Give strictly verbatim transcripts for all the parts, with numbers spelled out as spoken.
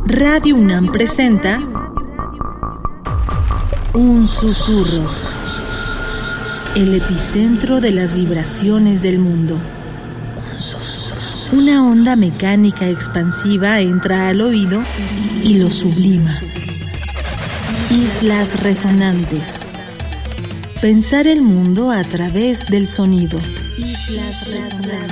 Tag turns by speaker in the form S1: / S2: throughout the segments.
S1: Radio UNAM presenta Un susurro, el epicentro de las vibraciones del mundo. Un susurro. Una onda mecánica expansiva entra al oído y lo sublima. Islas resonantes. Pensar el mundo a través del sonido. Islas resonantes.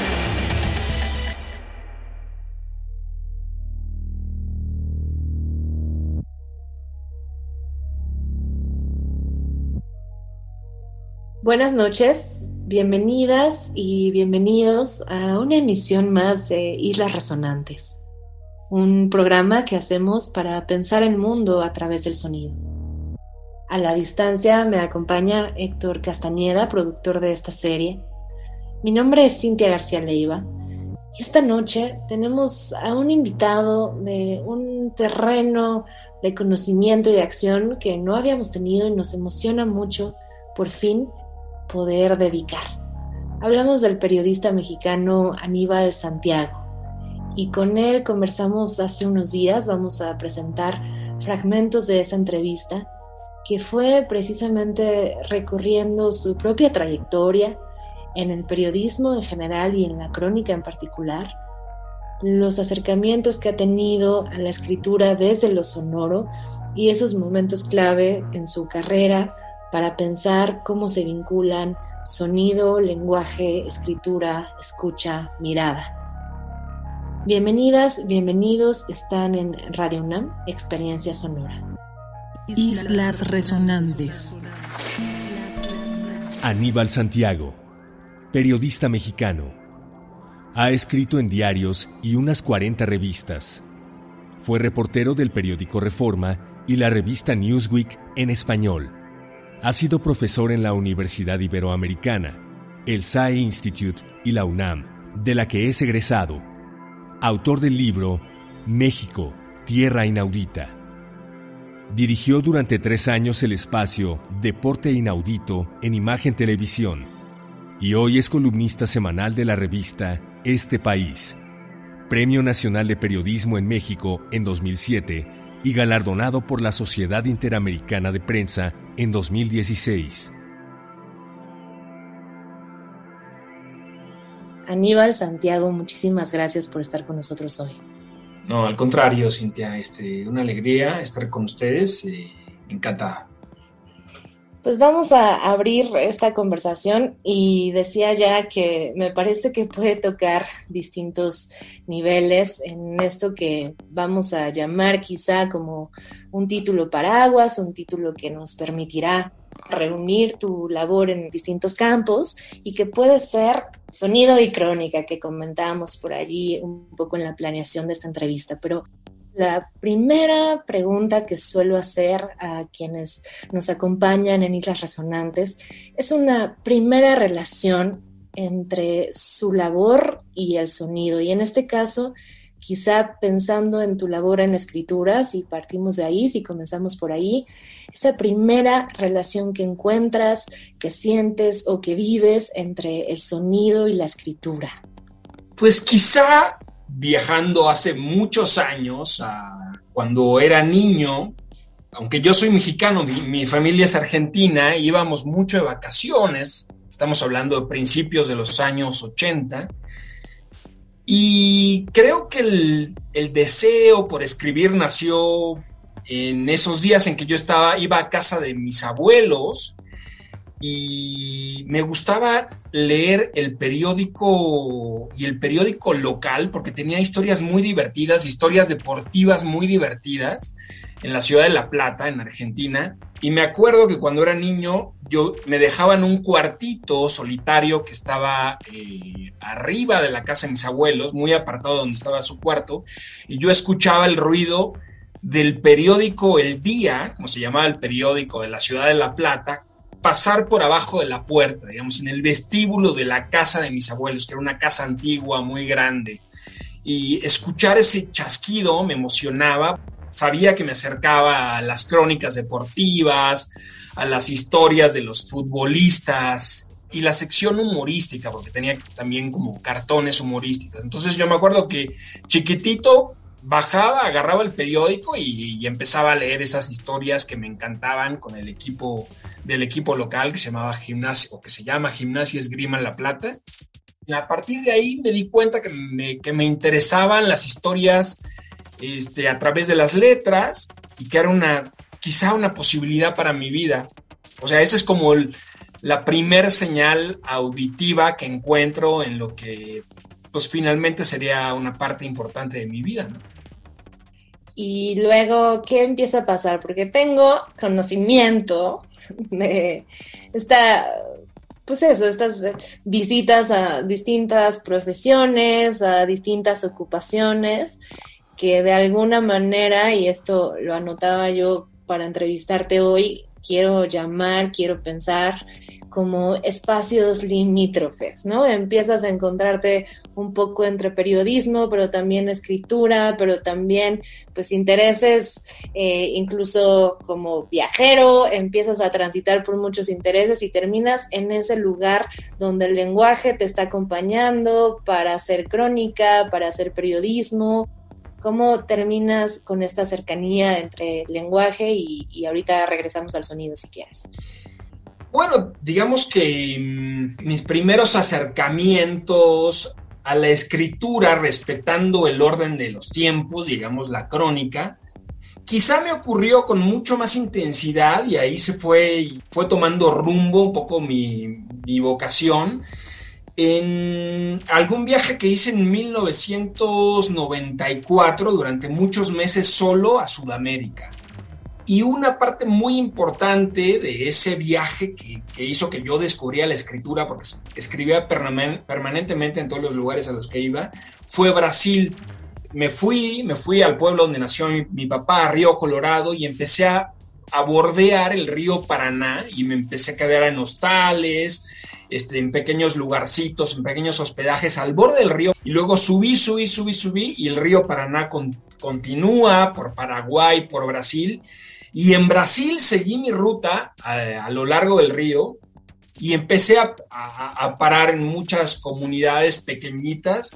S2: Buenas noches, bienvenidas y bienvenidos a una emisión más de Islas Resonantes, un programa que hacemos para pensar el mundo a través del sonido. A la distancia me acompaña Héctor Castañeda, productor de esta serie. Mi nombre es Cintia García Leiva y esta noche tenemos a un invitado de un terreno de conocimiento y de acción que no habíamos tenido y nos emociona mucho por fin poder dedicar. Hablamos del periodista mexicano Aníbal Santiago y con él conversamos hace unos días. Vamos a presentar fragmentos de esa entrevista que fue precisamente recorriendo su propia trayectoria en el periodismo en general y en la crónica en particular, los acercamientos que ha tenido a la escritura desde lo sonoro y esos momentos clave en su carrera para pensar cómo se vinculan sonido, lenguaje, escritura, escucha, mirada. Bienvenidas, bienvenidos, están en Radio UNAM, Experiencia Sonora.
S1: Islas Resonantes.
S3: Aníbal Santiago, periodista mexicano. Ha escrito en diarios y unas cuarenta revistas. Fue reportero del periódico Reforma y la revista Newsweek en español. Ha sido profesor en la Universidad Iberoamericana, el S A E Institute y la UNAM, de la que es egresado. Autor del libro México, Tierra Inaudita. Dirigió durante tres años el espacio Deporte Inaudito en Imagen Televisión y hoy es columnista semanal de la revista Este País, Premio Nacional de Periodismo en México en dos mil siete y galardonado por la Sociedad Interamericana de Prensa en dos mil dieciséis.
S2: Aníbal Santiago, muchísimas gracias por estar con nosotros hoy.
S4: No, al contrario, Cintia, este, una alegría estar con ustedes, eh, encantada.
S2: Pues vamos a abrir esta conversación y decía ya que me parece que puede tocar distintos niveles en esto que vamos a llamar quizá como un título paraguas, un título que nos permitirá reunir tu labor en distintos campos y que puede ser sonido y crónica, que comentábamos por allí un poco en la planeación de esta entrevista. Pero la primera pregunta que suelo hacer a quienes nos acompañan en Islas Resonantes es una primera relación entre su labor y el sonido. Y en este caso, quizá pensando en tu labor en la escritura, si partimos de ahí, si comenzamos por ahí, esa primera relación que encuentras, que sientes o que vives entre el sonido y la escritura.
S4: Pues quizá viajando hace muchos años, a cuando era niño, aunque yo soy mexicano, mi, mi familia es argentina, íbamos mucho de vacaciones, estamos hablando de principios de los años ochenta, y creo que el, el deseo por escribir nació en esos días en que yo estaba, iba a casa de mis abuelos y me gustaba leer el periódico y el periódico local porque tenía historias muy divertidas, historias deportivas muy divertidas en la ciudad de La Plata, en Argentina. Y me acuerdo que cuando era niño yo me dejaban un cuartito solitario que estaba eh, arriba de la casa de mis abuelos, muy apartado de donde estaba su cuarto, y yo escuchaba el ruido del periódico El Día, como se llamaba el periódico de la ciudad de La Plata, pasar por abajo de la puerta, digamos, en el vestíbulo de la casa de mis abuelos, que era una casa antigua, muy grande. Y escuchar ese chasquido me emocionaba. Sabía que me acercaba a las crónicas deportivas, a las historias de los futbolistas y la sección humorística, porque tenía también como cartones humorísticos. Entonces yo me acuerdo que chiquitito bajaba, agarraba el periódico y, y empezaba a leer esas historias que me encantaban con el equipo del equipo local que se llamaba Gimnasia, o que se llama Gimnasia Esgrima en La Plata. Y a partir de ahí me di cuenta que me, que me interesaban las historias este, a través de las letras y que era una, quizá una posibilidad para mi vida. O sea, esa es como el, la primer señal auditiva que encuentro en lo que pues finalmente sería una parte importante de mi vida, ¿no?
S2: Y luego, ¿qué empieza a pasar? Porque tengo conocimiento de esta, pues eso, estas visitas a distintas profesiones, a distintas ocupaciones, que de alguna manera, y esto lo anotaba yo para entrevistarte hoy, quiero llamar, quiero pensar como espacios limítrofes, ¿no? Empiezas a encontrarte un poco entre periodismo, pero también escritura, pero también pues intereses, eh, incluso como viajero, empiezas a transitar por muchos intereses y terminas en ese lugar donde el lenguaje te está acompañando para hacer crónica, para hacer periodismo. ¿Cómo terminas con esta cercanía entre lenguaje y, y ahorita regresamos al sonido si quieres?
S4: Bueno, digamos que mmm, mis primeros acercamientos a la escritura, respetando el orden de los tiempos, digamos la crónica, quizá me ocurrió con mucho más intensidad y ahí se fue, fue tomando rumbo un poco mi, mi vocación en algún viaje que hice en mil novecientos noventa y cuatro durante muchos meses solo a Sudamérica. Y una parte muy importante de ese viaje que, que hizo que yo descubriera la escritura, porque escribía perman- permanentemente en todos los lugares a los que iba, fue Brasil. Me fui, me fui al pueblo donde nació mi, mi papá, Río Colorado, y empecé a, a bordear el río Paraná y me empecé a quedar en hostales, este, en pequeños lugarcitos, en pequeños hospedajes al borde del río. Y luego subí, subí, subí, subí y el río Paraná con, continúa por Paraguay, por Brasil. Y en Brasil seguí mi ruta a, a lo largo del río y empecé a, a, a parar en muchas comunidades pequeñitas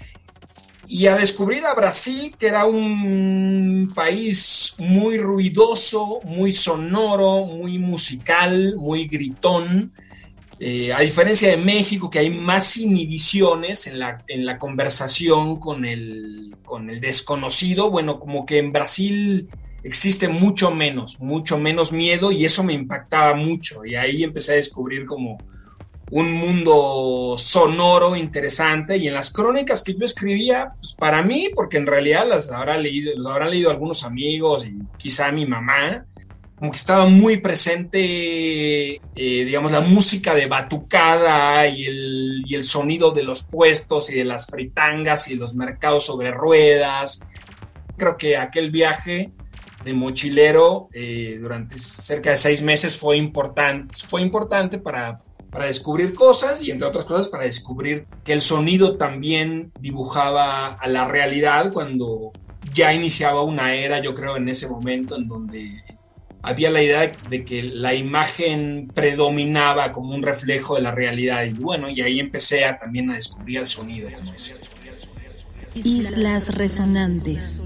S4: y a descubrir a Brasil, que era un país muy ruidoso, muy sonoro, muy musical, muy gritón. Eh, a diferencia de México, que hay más inhibiciones en la, en la conversación con el, con el desconocido, bueno, como que en Brasil existe mucho menos, mucho menos miedo y eso me impactaba mucho y ahí empecé a descubrir como un mundo sonoro interesante y en las crónicas que yo escribía, pues para mí, porque en realidad las habrá leído, las habrán leído algunos amigos y quizá mi mamá, como que estaba muy presente, eh, digamos, la música de batucada y el, y el sonido de los puestos y de las fritangas y de los mercados sobre ruedas. Creo que aquel viaje de mochilero eh, durante cerca de seis meses fue importante, fue importante para, para descubrir cosas y entre otras cosas para descubrir que el sonido también dibujaba a la realidad cuando ya iniciaba una era, yo creo, en ese momento en donde había la idea de que la imagen predominaba como un reflejo de la realidad y bueno, y ahí empecé a, también a descubrir el sonido.
S1: Islas Resonantes.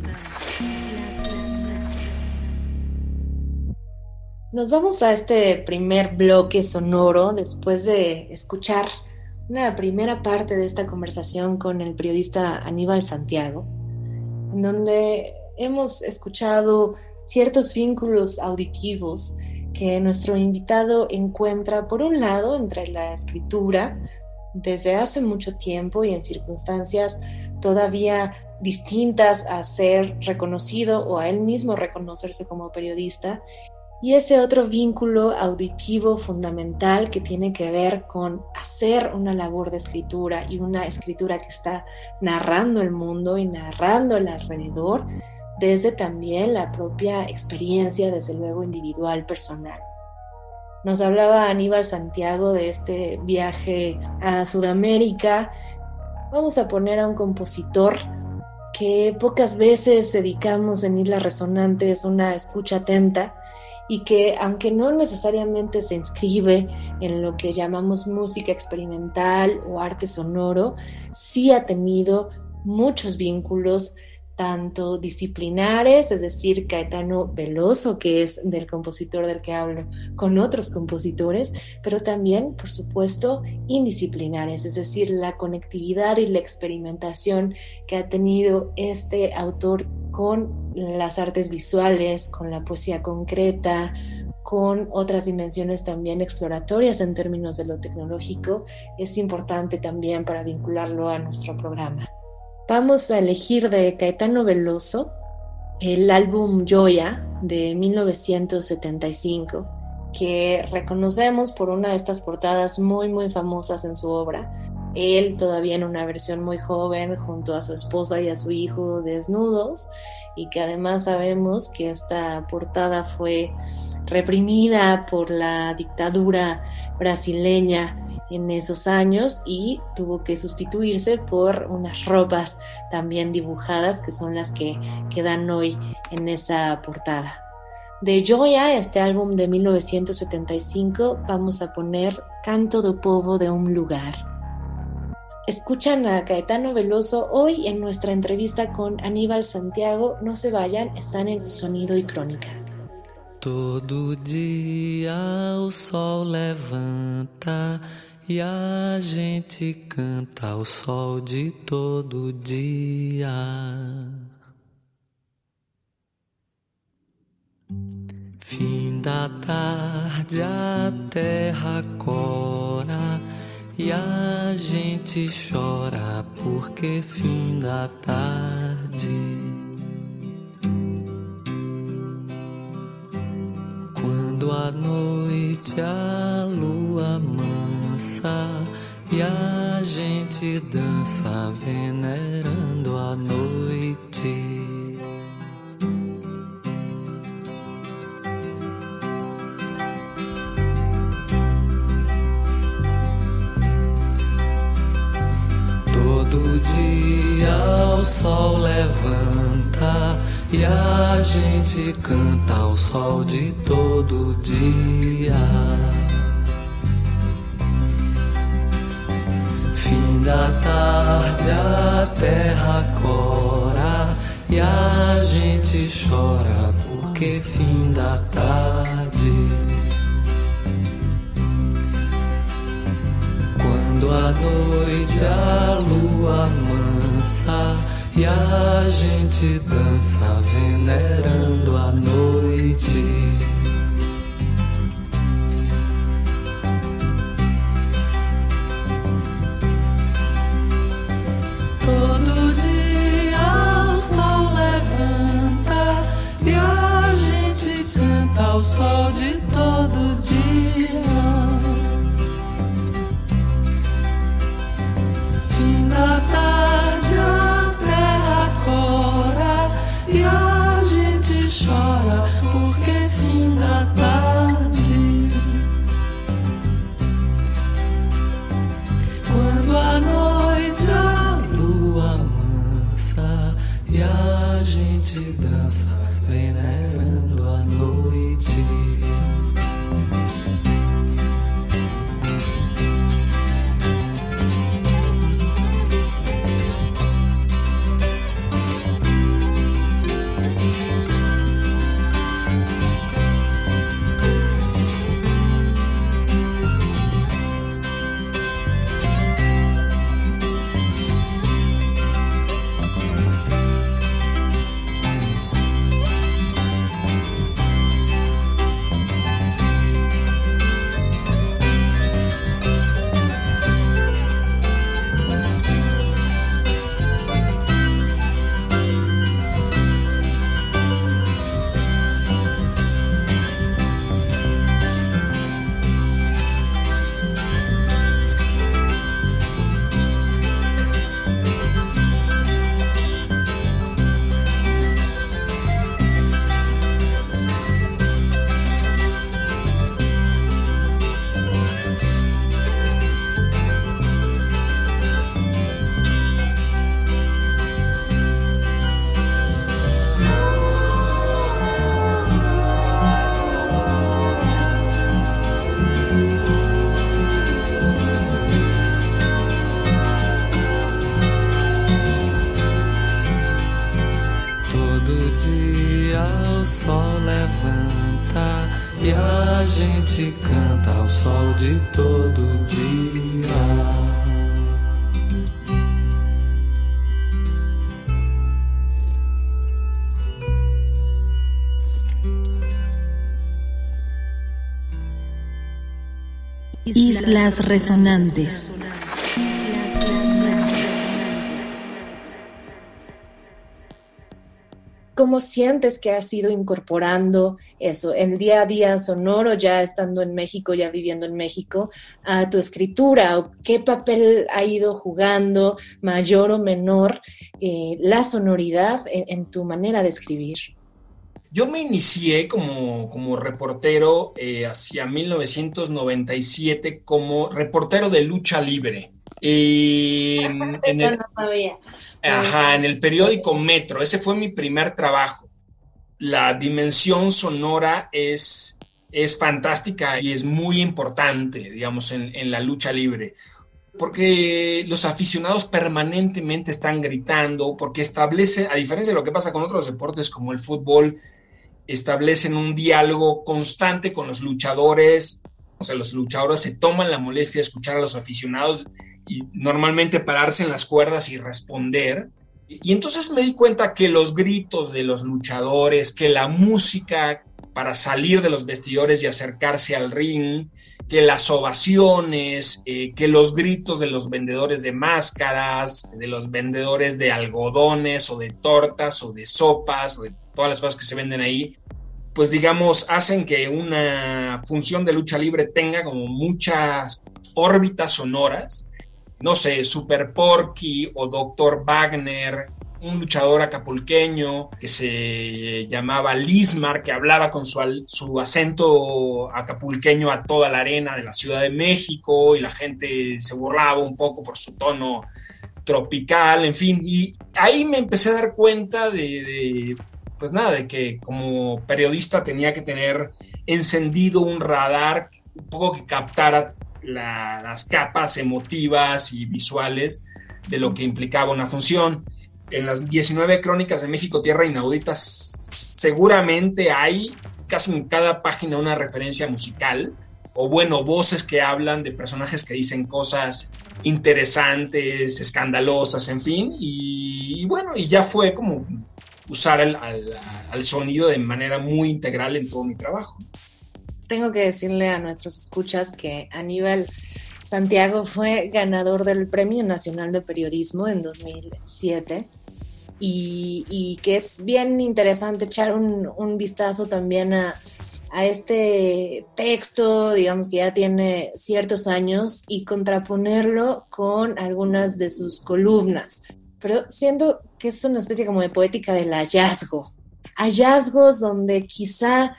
S2: Nos vamos a este primer bloque sonoro después de escuchar una primera parte de esta conversación con el periodista Aníbal Santiago, en donde hemos escuchado ciertos vínculos auditivos que nuestro invitado encuentra, por un lado, entre la escritura, desde hace mucho tiempo y en circunstancias todavía distintas a ser reconocido o a él mismo reconocerse como periodista, y ese otro vínculo auditivo fundamental que tiene que ver con hacer una labor de escritura y una escritura que está narrando el mundo y narrando el alrededor desde también la propia experiencia, desde luego individual, personal. Nos hablaba Aníbal Santiago de este viaje a Sudamérica. Vamos a poner a un compositor que pocas veces dedicamos en Islas Resonantes una escucha atenta y que, aunque no necesariamente se inscribe en lo que llamamos música experimental o arte sonoro, sí ha tenido muchos vínculos tanto disciplinares, es decir, Caetano Veloso, que es del compositor del que hablo, con otros compositores, pero también, por supuesto, indisciplinares, es decir, la conectividad y la experimentación que ha tenido este autor con las artes visuales, con la poesía concreta, con otras dimensiones también exploratorias en términos de lo tecnológico, es importante también para vincularlo a nuestro programa. Vamos a elegir de Caetano Veloso el álbum Gioia de mil novecientos setenta y cinco, que reconocemos por una de estas portadas muy muy famosas en su obra. Él todavía en una versión muy joven junto a su esposa y a su hijo desnudos, y que además sabemos que esta portada fue reprimida por la dictadura brasileña en esos años y tuvo que sustituirse por unas ropas también dibujadas que son las que quedan hoy en esa portada. De Gioia, este álbum de mil novecientos setenta y cinco, vamos a poner Canto do Povo de un Lugar. Escuchan a Caetano Veloso hoy en nuestra entrevista con Aníbal Santiago. No se vayan, están en Sonido y Crónica.
S5: Todo dia o sol levanta e a gente canta ao sol de todo dia. Fim da tarde a terra cora e a gente chora porque fim da tarde. Quando à noite a lua mansa e a gente dança venerando a noite. Todo dia o sol levanta e a gente canta ao sol de todo dia. Fim da tarde a terra cora e a gente chora porque fim da tarde. Quando à noite a lua mansa e a gente dança venerando a noite. Todo dia o sol levanta e a gente canta ao sol de todo dia. Fim da tarde a terra cora e a gente chora porque fim da tarde. Quando à noite a lua mansa e a gente dança venerando a noite. todo dia o sol levanta e a gente canta ao sol de todo dia.
S1: Islas Resonantes.
S2: ¿Cómo sientes que has ido incorporando eso, el día a día sonoro, ya estando en México, ya viviendo en México, a tu escritura? ¿Qué papel ha ido jugando, mayor o menor, eh, la sonoridad en, en tu manera de escribir?
S4: Yo me inicié como, como reportero eh, hacia mil novecientos noventa y siete como reportero de lucha libre. Eh, en el,
S2: no sabía.
S4: Ajá, en el periódico Metro. Ese fue mi primer trabajo. La dimensión sonora es, es fantástica y es muy importante, digamos, en, en la lucha libre. Porque los aficionados permanentemente están gritando, porque establece, a diferencia de lo que pasa con otros deportes como el fútbol, establecen un diálogo constante con los luchadores. O sea, los luchadores se toman la molestia de escuchar a los aficionados y normalmente pararse en las cuerdas y responder. Y entonces me di cuenta que los gritos de los luchadores, que la música para salir de los vestidores y acercarse al ring, que las ovaciones, eh, que los gritos de los vendedores de máscaras, de los vendedores de algodones o de tortas o de sopas o de todas las cosas que se venden ahí, pues digamos, hacen que una función de lucha libre tenga como muchas órbitas sonoras. No sé, Super Porky o Doctor Wagner, un luchador acapulqueño que se llamaba Lismar, que hablaba con su, su acento acapulqueño a toda la arena de la Ciudad de México y la gente se burlaba un poco por su tono tropical, en fin. Y ahí me empecé a dar cuenta de, de pues nada, de que como periodista tenía que tener encendido un radar un poco que captara la, las capas emotivas y visuales de lo que implicaba una función. En las diecinueve crónicas de México, Tierra Inaudita, seguramente hay casi en cada página una referencia musical, o bueno, voces que hablan de personajes que dicen cosas interesantes, escandalosas, en fin, y, y bueno, y ya fue como usar el, al, al sonido de manera muy integral en todo mi trabajo.
S2: Tengo que decirle a nuestros escuchas que Aníbal Santiago fue ganador del Premio Nacional de Periodismo en dos mil siete y, y que es bien interesante echar un, un vistazo también a, a este texto, digamos que ya tiene ciertos años, y contraponerlo con algunas de sus columnas. Pero siento que es una especie como de poética del hallazgo. Hallazgos donde quizá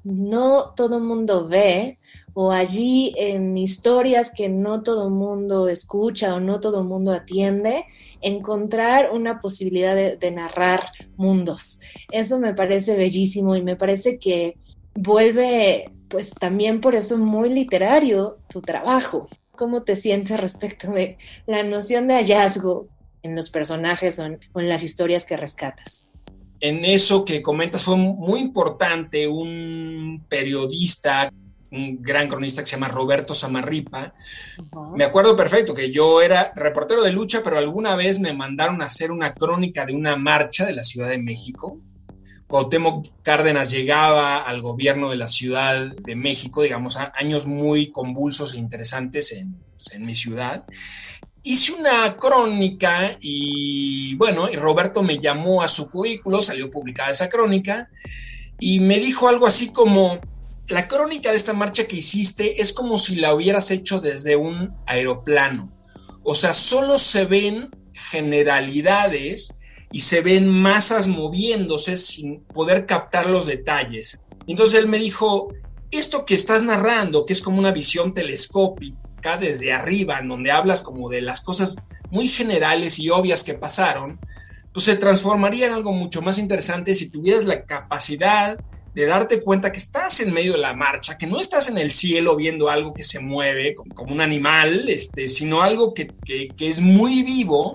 S2: no todo mundo ve, o allí en historias que no todo mundo escucha o no todo mundo atiende, encontrar una posibilidad de, de narrar mundos. Eso me parece bellísimo y me parece que vuelve, pues también por eso, muy literario tu trabajo. ¿Cómo te sientes respecto de la noción de hallazgo en los personajes o en, o en las historias que rescatas?
S4: En eso que comentas fue muy importante un periodista, un gran cronista que se llama Roberto Samarripa. Uh-huh. Me acuerdo perfecto que yo era reportero de lucha, pero alguna vez me mandaron a hacer una crónica de una marcha de la Ciudad de México. Cuauhtémoc Cárdenas llegaba al gobierno de la Ciudad de México, digamos, a años muy convulsos e interesantes en, en mi ciudad. Hice una crónica y, bueno, y Roberto me llamó a su cubículo, salió publicada esa crónica, y me dijo algo así como: la crónica de esta marcha que hiciste es como si la hubieras hecho desde un aeroplano. O sea, solo se ven generalidades y se ven masas moviéndose sin poder captar los detalles. Entonces él me dijo: esto que estás narrando, que es como una visión telescópica desde arriba, en donde hablas como de las cosas muy generales y obvias que pasaron, pues se transformaría en algo mucho más interesante si tuvieras la capacidad de darte cuenta que estás en medio de la marcha, que no estás en el cielo viendo algo que se mueve como, como un animal, este, sino algo que, que, que es muy vivo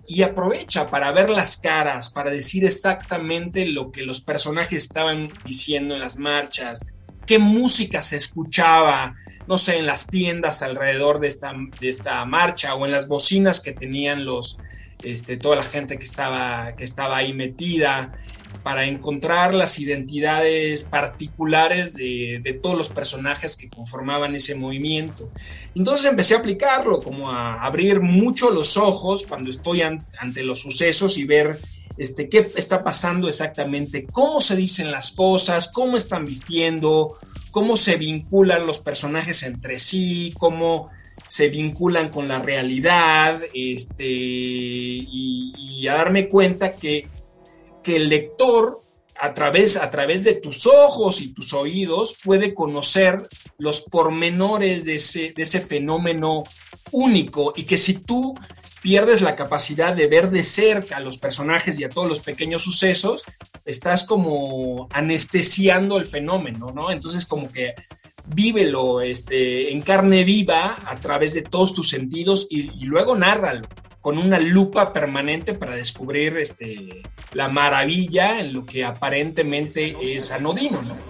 S4: y aprovecha para ver las caras, para decir exactamente lo que los personajes estaban diciendo en las marchas, qué música se escuchaba, no sé, en las tiendas alrededor de esta, de esta marcha o en las bocinas que tenían los, este, toda la gente que estaba, que estaba ahí metida, para encontrar las identidades particulares de, de todos los personajes que conformaban ese movimiento. Entonces empecé a aplicarlo, como a abrir mucho los ojos cuando estoy an, ante los sucesos y ver este, qué está pasando exactamente, cómo se dicen las cosas, cómo están vistiendo, cómo se vinculan los personajes entre sí, cómo se vinculan con la realidad, este, y, y a darme cuenta que que el lector, a través, a través de tus ojos y tus oídos, puede conocer los pormenores de ese, de ese fenómeno único, y que si tú pierdes la capacidad de ver de cerca a los personajes y a todos los pequeños sucesos, estás como anestesiando el fenómeno, ¿no? Entonces como que vívelo este, en carne viva a través de todos tus sentidos y, y luego nárralo con una lupa permanente para descubrir este, la maravilla en lo que aparentemente es anodino, ¿no?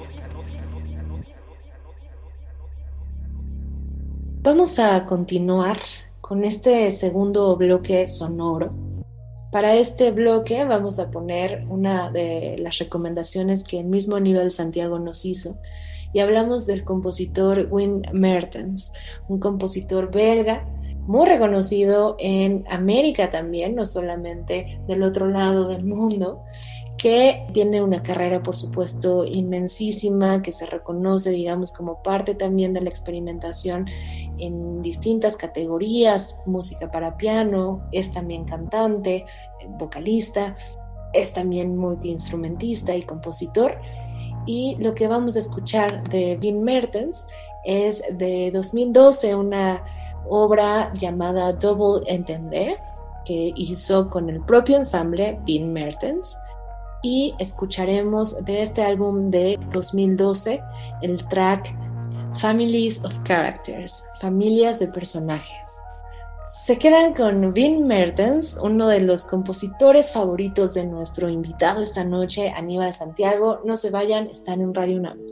S2: Vamos a continuar con este segundo bloque sonoro. Para este bloque vamos a poner una de las recomendaciones que el mismo Aníbal Santiago nos hizo, y hablamos del compositor Wim Mertens, un compositor belga muy reconocido en América también, no solamente del otro lado del mundo, que tiene una carrera, por supuesto, inmensísima, que se reconoce, digamos, como parte también de la experimentación en distintas categorías: música para piano, es también cantante, vocalista, es también multiinstrumentista y compositor. Y lo que vamos a escuchar de Wim Mertens es de dos mil doce, una obra llamada Double Entendre, que hizo con el propio ensamble Wim Mertens, y escucharemos de este álbum de dos mil doce el track Families of Characters, familias de personajes. Se quedan con Wim Mertens, uno de los compositores favoritos de nuestro invitado esta noche, Aníbal Santiago. No se vayan, están en Radio UNAM.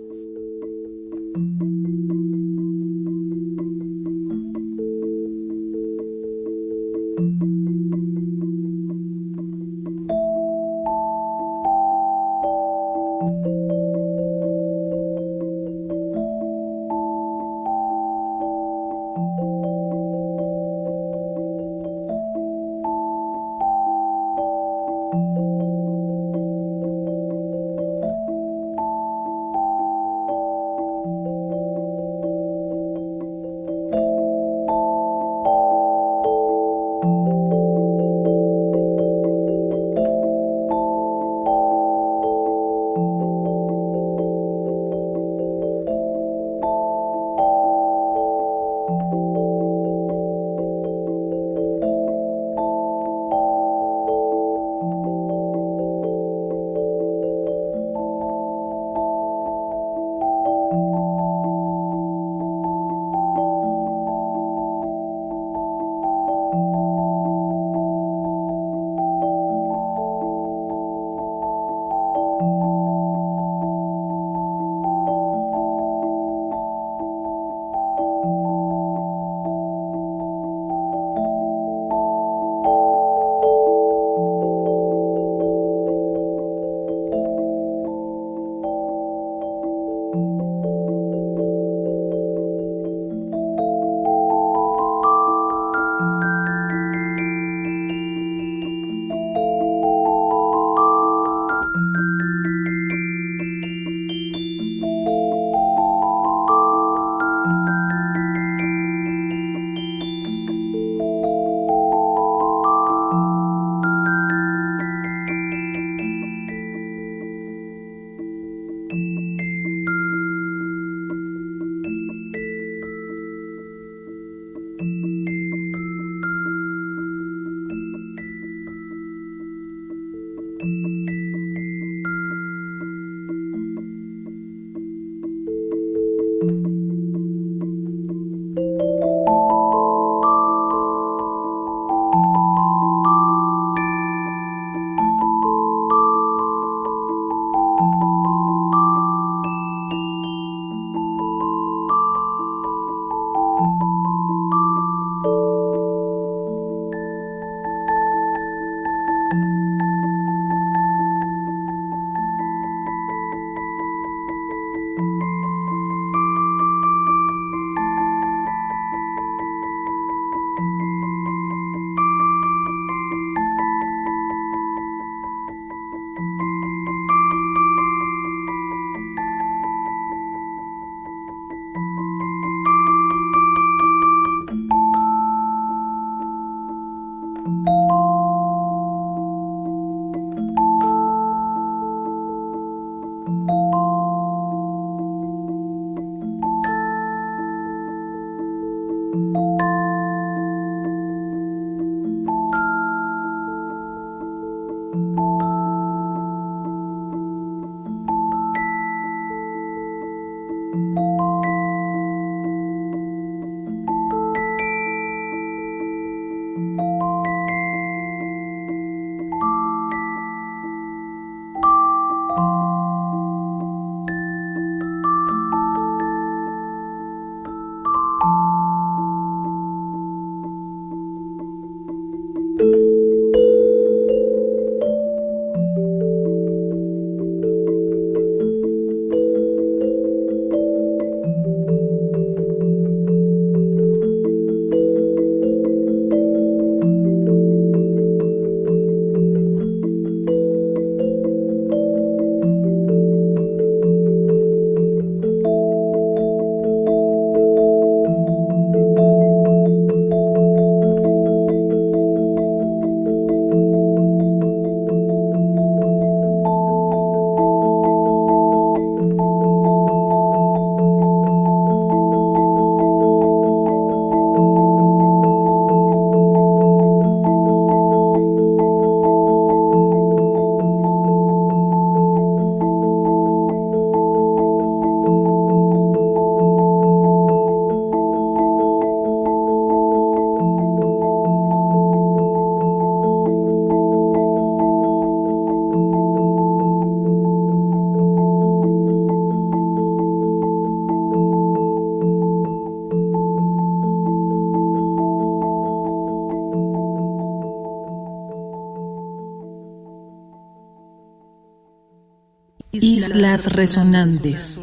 S1: Islas Resonantes.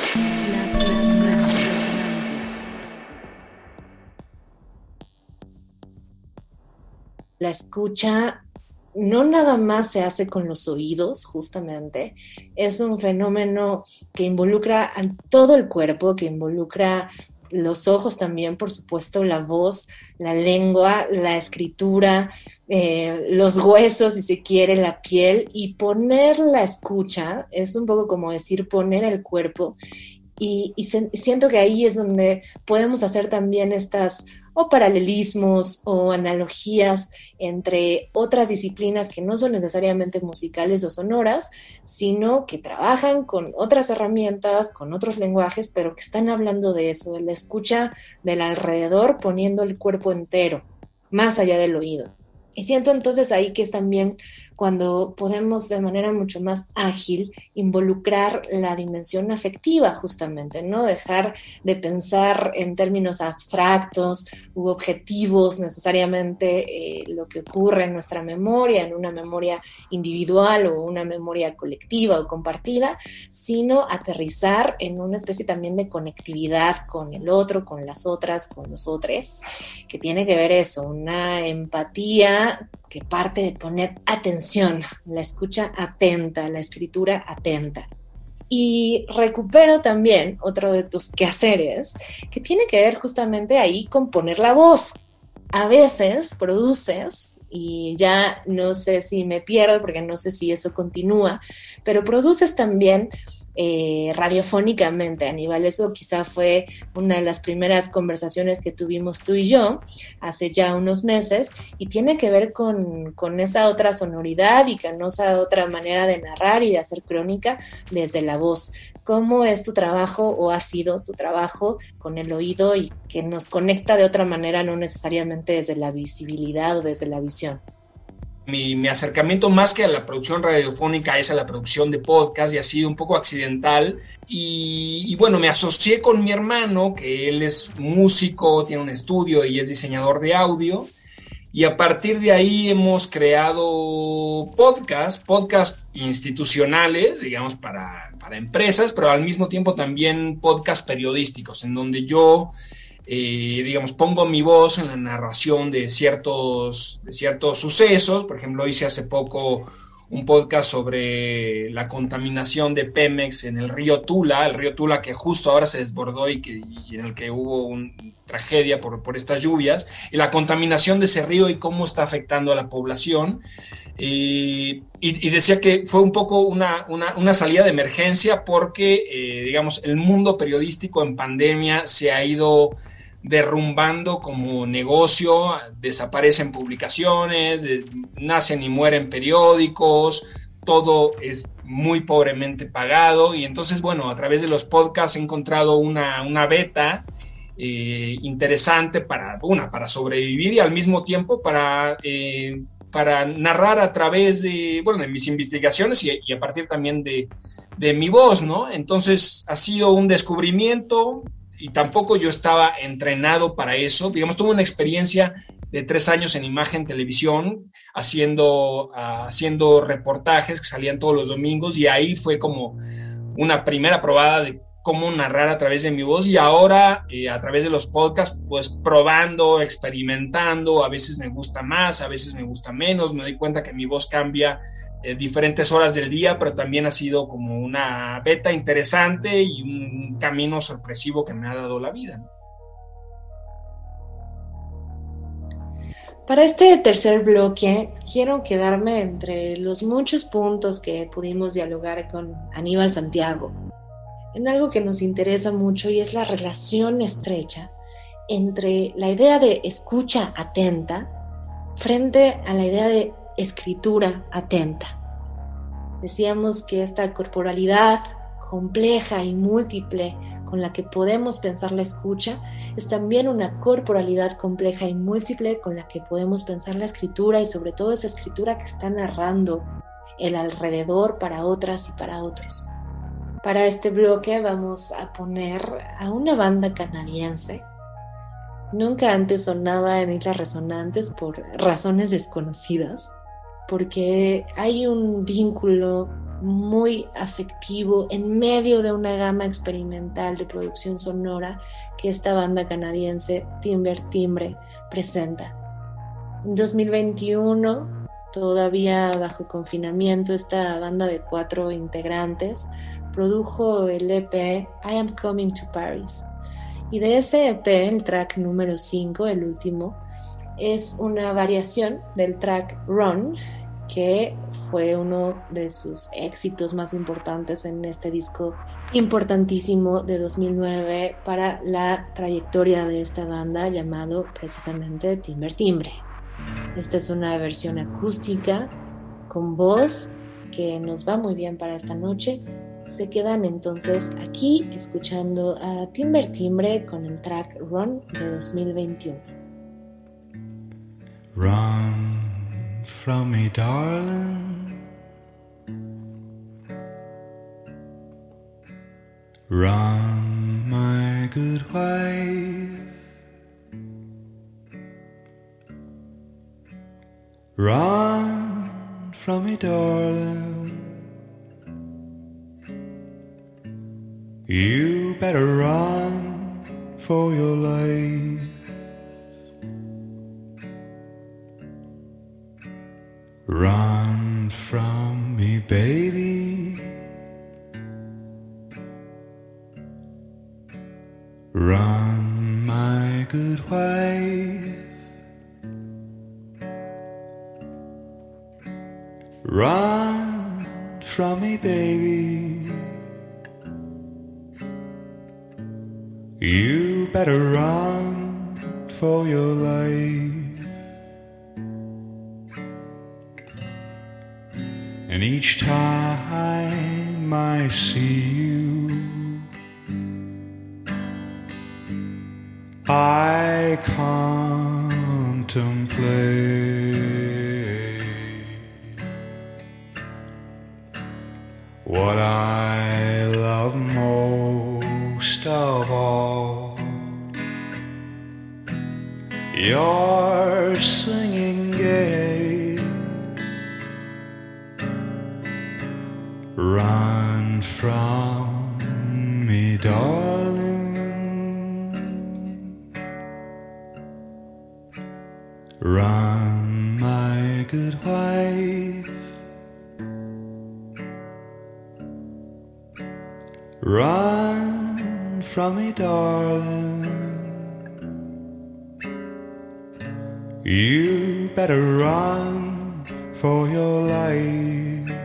S2: La escucha no nada más se hace con los oídos, justamente, es un fenómeno que involucra a todo el cuerpo, que involucra los ojos también, por supuesto, la voz, la lengua, la escritura, eh, los huesos, si se quiere, la piel, y poner la escucha es un poco como decir poner el cuerpo, y, y se, siento que ahí es donde podemos hacer también estas o paralelismos o analogías entre otras disciplinas que no son necesariamente musicales o sonoras, sino que trabajan con otras herramientas, con otros lenguajes, pero que están hablando de eso, de la escucha del alrededor, poniendo el cuerpo entero, más allá del oído. Y siento entonces ahí que es también cuando podemos de manera mucho más ágil involucrar la dimensión afectiva justamente, ¿no? Dejar de pensar en términos abstractos u objetivos necesariamente eh, lo que ocurre en nuestra memoria, en una memoria individual o una memoria colectiva o compartida, sino aterrizar en una especie también de conectividad con el otro, con las otras, con los otros, que tiene que ver eso, una empatía que parte de poner atención, la escucha atenta, la escritura atenta. Y recupero también otro de tus quehaceres, que tiene que ver justamente ahí con poner la voz. A veces produces, y ya no sé si me pierdo, porque no sé si eso continúa, pero produces también Eh, radiofónicamente, Aníbal. Eso quizá fue una de las primeras conversaciones que tuvimos tú y yo hace ya unos meses, y tiene que ver con, con esa otra sonoridad y con esa otra manera de narrar y de hacer crónica desde la voz. ¿Cómo es tu trabajo o ha sido tu trabajo con el oído y que nos conecta de otra manera, no necesariamente desde la visibilidad o desde la visión?
S4: Mi, mi acercamiento más que a la producción radiofónica es a la producción de podcast, y ha sido un poco accidental, y, y bueno, me asocié con mi hermano, que él es músico, tiene un estudio y es diseñador de audio, y a partir de ahí hemos creado podcasts, podcasts institucionales, digamos, para, para empresas, pero al mismo tiempo también podcasts periodísticos, en donde yo Eh, digamos, pongo mi voz en la narración de ciertos, de ciertos sucesos. Por ejemplo, hice hace poco un podcast sobre la contaminación de Pemex en el río Tula, el río Tula que justo ahora se desbordó y, que, y en el que hubo una tragedia por, por estas lluvias, y la contaminación de ese río y cómo está afectando a la población. Eh, y, y decía que fue un poco una, una, una salida de emergencia porque, eh, digamos, el mundo periodístico en pandemia se ha ido derrumbando como negocio, desaparecen publicaciones, de, nacen y mueren periódicos, todo es muy pobremente pagado, y entonces, bueno, a través de los podcasts he encontrado una, una beta eh, interesante para, una, para sobrevivir, y al mismo tiempo para, eh, para narrar a través de, bueno, de mis investigaciones y, y a partir también de, de mi voz, ¿no? Entonces ha sido un descubrimiento, y tampoco yo estaba entrenado para eso. Digamos, tuve una experiencia de tres años en imagen televisión, haciendo, uh, haciendo reportajes que salían todos los domingos, y ahí fue como una primera probada de cómo narrar a través de mi voz, y ahora eh, a través de los podcasts, pues probando, experimentando, a veces me gusta más, a veces me gusta menos, me doy cuenta que mi voz cambia Eh, diferentes horas del día, pero también ha sido como una beta interesante y un camino sorpresivo que me ha dado la vida, ¿no?
S2: Para este tercer bloque, quiero quedarme entre los muchos puntos que pudimos dialogar con Aníbal Santiago, en algo que nos interesa mucho, y es la relación estrecha entre la idea de escucha atenta frente a la idea de escritura atenta. Decíamos que esta corporalidad compleja y múltiple con la que podemos pensar la escucha es también una corporalidad compleja y múltiple con la que podemos pensar la escritura, y sobre todo esa escritura que está narrando el alrededor para otras y para otros. Para este bloque vamos a poner a una banda canadiense, nunca antes sonada en Islas Resonantes por razones desconocidas, porque hay un vínculo muy afectivo en medio de una gama experimental de producción sonora que esta banda canadiense Timber Timbre presenta. En dos mil veintiuno, todavía bajo confinamiento, esta banda de cuatro integrantes produjo el E P I Am Coming to Paris. Y de ese E P, el track número cinco, el último, es una variación del track Run, que fue uno de sus éxitos más importantes en este disco importantísimo de dos mil nueve para la trayectoria de esta banda, llamado precisamente Timber Timbre. Esta es una versión acústica con voz que nos va muy bien para esta noche. Se quedan entonces aquí escuchando a Timber Timbre con el track Run de dos mil veintiuno.
S5: Run from me, darling. Run, my good wife. Run from me, darling. You better run for your life. Run from me, baby. Run, my good wife. Run from me, baby. You better run for your life. And each time I see you, I contemplate what I love most of all, your swinging gait. Run from me, darling. Run, my good wife. Run from me, darling. You better run for your life.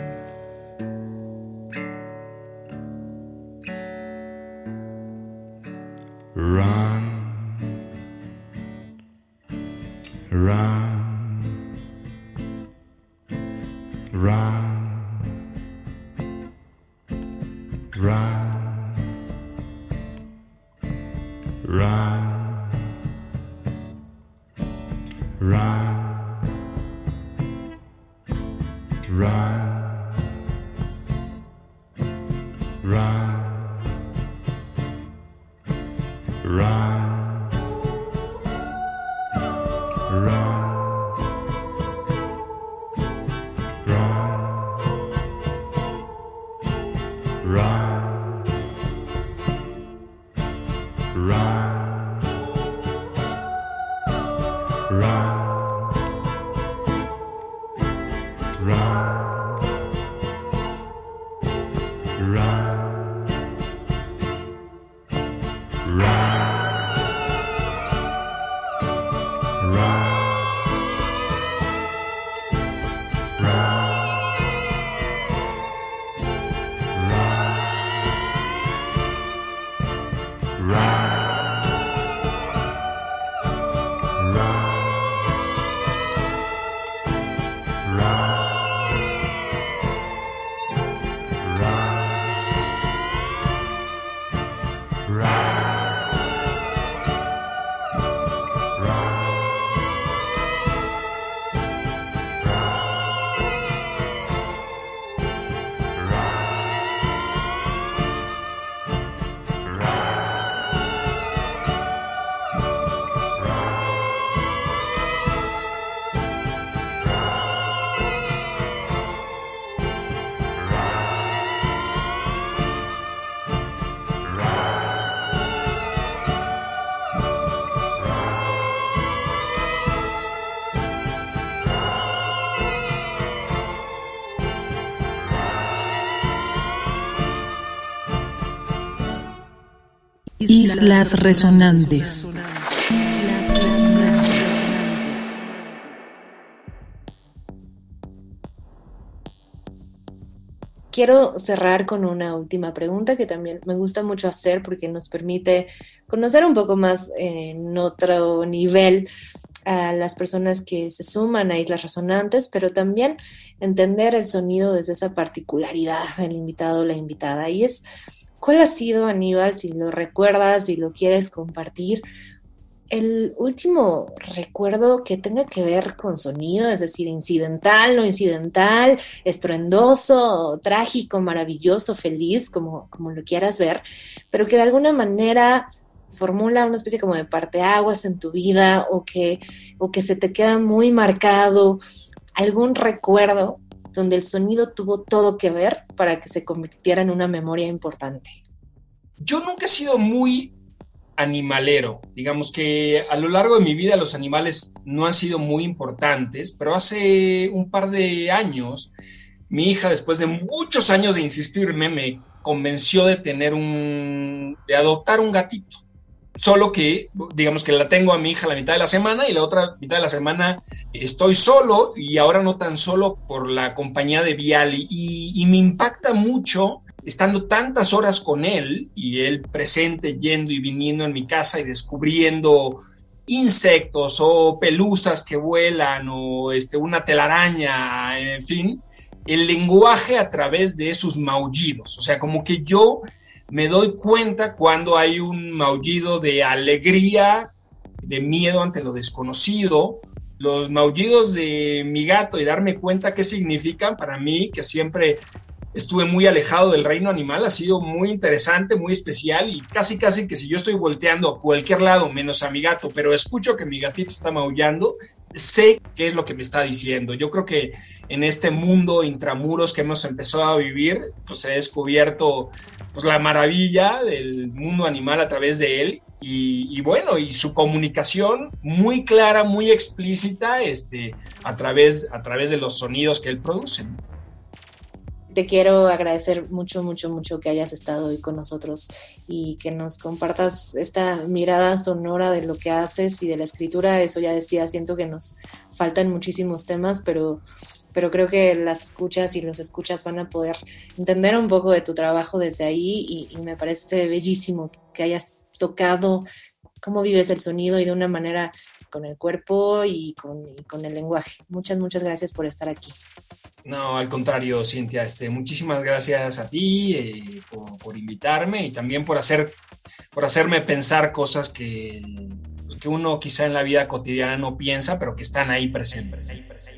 S5: Run, run, run, run, run, run, run, run. Run, run, run, run, run, run, run, run. Run,
S1: Islas Resonantes.
S2: Quiero cerrar con una última pregunta que también me gusta mucho hacer porque nos permite conocer un poco más en otro nivel a las personas que se suman a Islas Resonantes, pero también entender el sonido desde esa particularidad del invitado o la invitada. Y es, ¿cuál ha sido, Aníbal, si lo recuerdas, si lo quieres compartir, el último recuerdo que tenga que ver con sonido, es decir, incidental, no incidental, estruendoso, trágico, maravilloso, feliz, como, como lo quieras ver, pero que de alguna manera formula una especie como de parteaguas en tu vida o que, o que se te queda muy marcado algún recuerdo donde el sonido tuvo todo que ver para que se convirtiera en una memoria importante?
S4: Yo nunca he sido muy animalero, digamos que a lo largo de mi vida los animales no han sido muy importantes, pero hace un par de años mi hija, después de muchos años de insistirme, me convenció de tener un, de adoptar un gatito. Solo que, digamos que la tengo a mi hija la mitad de la semana y la otra mitad de la semana estoy solo, y ahora no tan solo por la compañía de Viali, y, y me impacta mucho estando tantas horas con él y él presente, yendo y viniendo en mi casa y descubriendo insectos o pelusas que vuelan o este, una telaraña, en fin, el lenguaje a través de sus maullidos. O sea, como que yo me doy cuenta cuando hay un maullido de alegría, de miedo ante lo desconocido. Los maullidos de mi gato y darme cuenta qué significan para mí, que siempre estuve muy alejado del reino animal, ha sido muy interesante, muy especial, y casi casi que si yo estoy volteando a cualquier lado menos a mi gato, pero escucho que mi gatito está maullando, sé qué es lo que me está diciendo. Yo creo que en este mundo intramuros que hemos empezado a vivir, pues he descubierto pues la maravilla del mundo animal a través de él, y, y bueno, y su comunicación muy clara, muy explícita, este, a través, a través de los sonidos que él produce.
S2: Te quiero agradecer mucho, mucho, mucho que hayas estado hoy con nosotros y que nos compartas esta mirada sonora de lo que haces y de la escritura. Eso ya decía, siento que nos faltan muchísimos temas, pero, pero creo que las escuchas y los escuchas van a poder entender un poco de tu trabajo desde ahí, y, y me parece bellísimo que hayas tocado cómo vives el sonido y de una manera con el cuerpo y con, y con el lenguaje. Muchas, muchas gracias por estar aquí.
S4: No, al contrario, Cintia, este, muchísimas gracias a ti eh, por, por invitarme, y también por, hacer, por hacerme pensar cosas que, que uno quizá en la vida cotidiana no piensa, pero que están ahí presentes.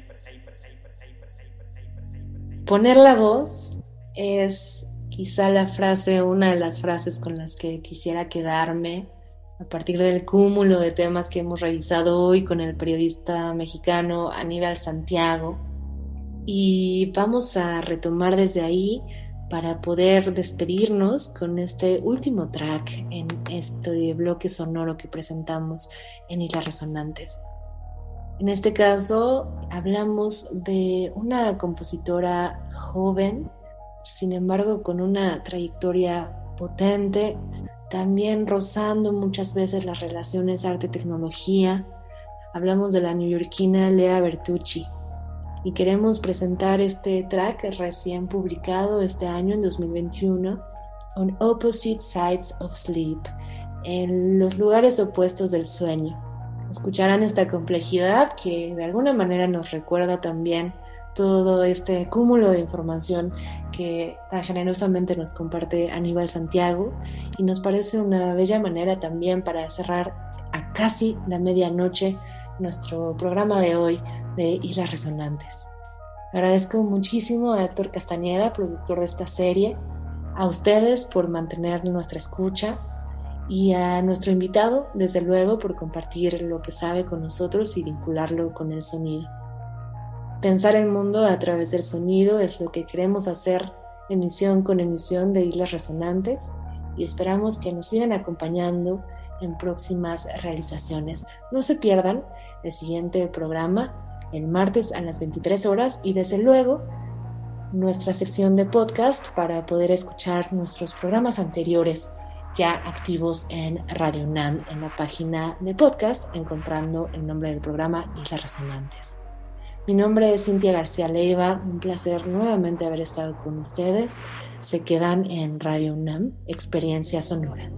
S2: Poner la voz es quizá la frase, una de las frases con las que quisiera quedarme a partir del cúmulo de temas que hemos revisado hoy con el periodista mexicano Aníbal Santiago. Y vamos a retomar desde ahí para poder despedirnos con este último track en este bloque sonoro que presentamos en Islas Resonantes. En este caso hablamos de una compositora joven, sin embargo con una trayectoria potente, también rozando muchas veces las relaciones arte-tecnología. Hablamos de la neoyorquina Lea Bertucci. Y queremos presentar este track recién publicado este año, en dos mil veintiuno, On Opposite Sides of Sleep, en los lugares opuestos del sueño. Escucharán esta complejidad que de alguna manera nos recuerda también todo este cúmulo de información que tan generosamente nos comparte Aníbal Santiago, y nos parece una bella manera también para cerrar a casi la medianoche nuestro programa de hoy de Islas Resonantes. Agradezco muchísimo a Héctor Castañeda, productor de esta serie, a ustedes por mantener nuestra escucha, y a nuestro invitado, desde luego, por compartir lo que sabe con nosotros y vincularlo con el sonido. Pensar el mundo a través del sonido es lo que queremos hacer emisión con emisión de Islas Resonantes, y esperamos que nos sigan acompañando en próximas realizaciones. No se pierdan el siguiente programa el martes a las veintitrés horas, y desde luego nuestra sección de podcast para poder escuchar nuestros programas anteriores ya activos en Radio UNAM, en la página de podcast, encontrando el nombre del programa Islas Resonantes. Mi nombre es Cintia García Leiva, un placer nuevamente haber estado con ustedes. Se quedan en Radio UNAM, Experiencia Sonora.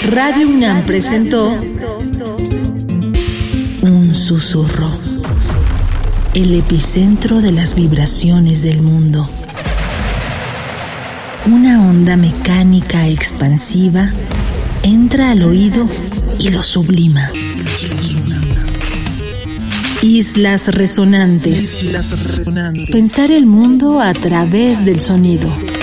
S1: Radio UNAM presentó Un susurro, el epicentro de las vibraciones del mundo. Una onda mecánica expansiva entra al oído y lo sublima. Islas resonantes. Pensar el mundo a través del sonido.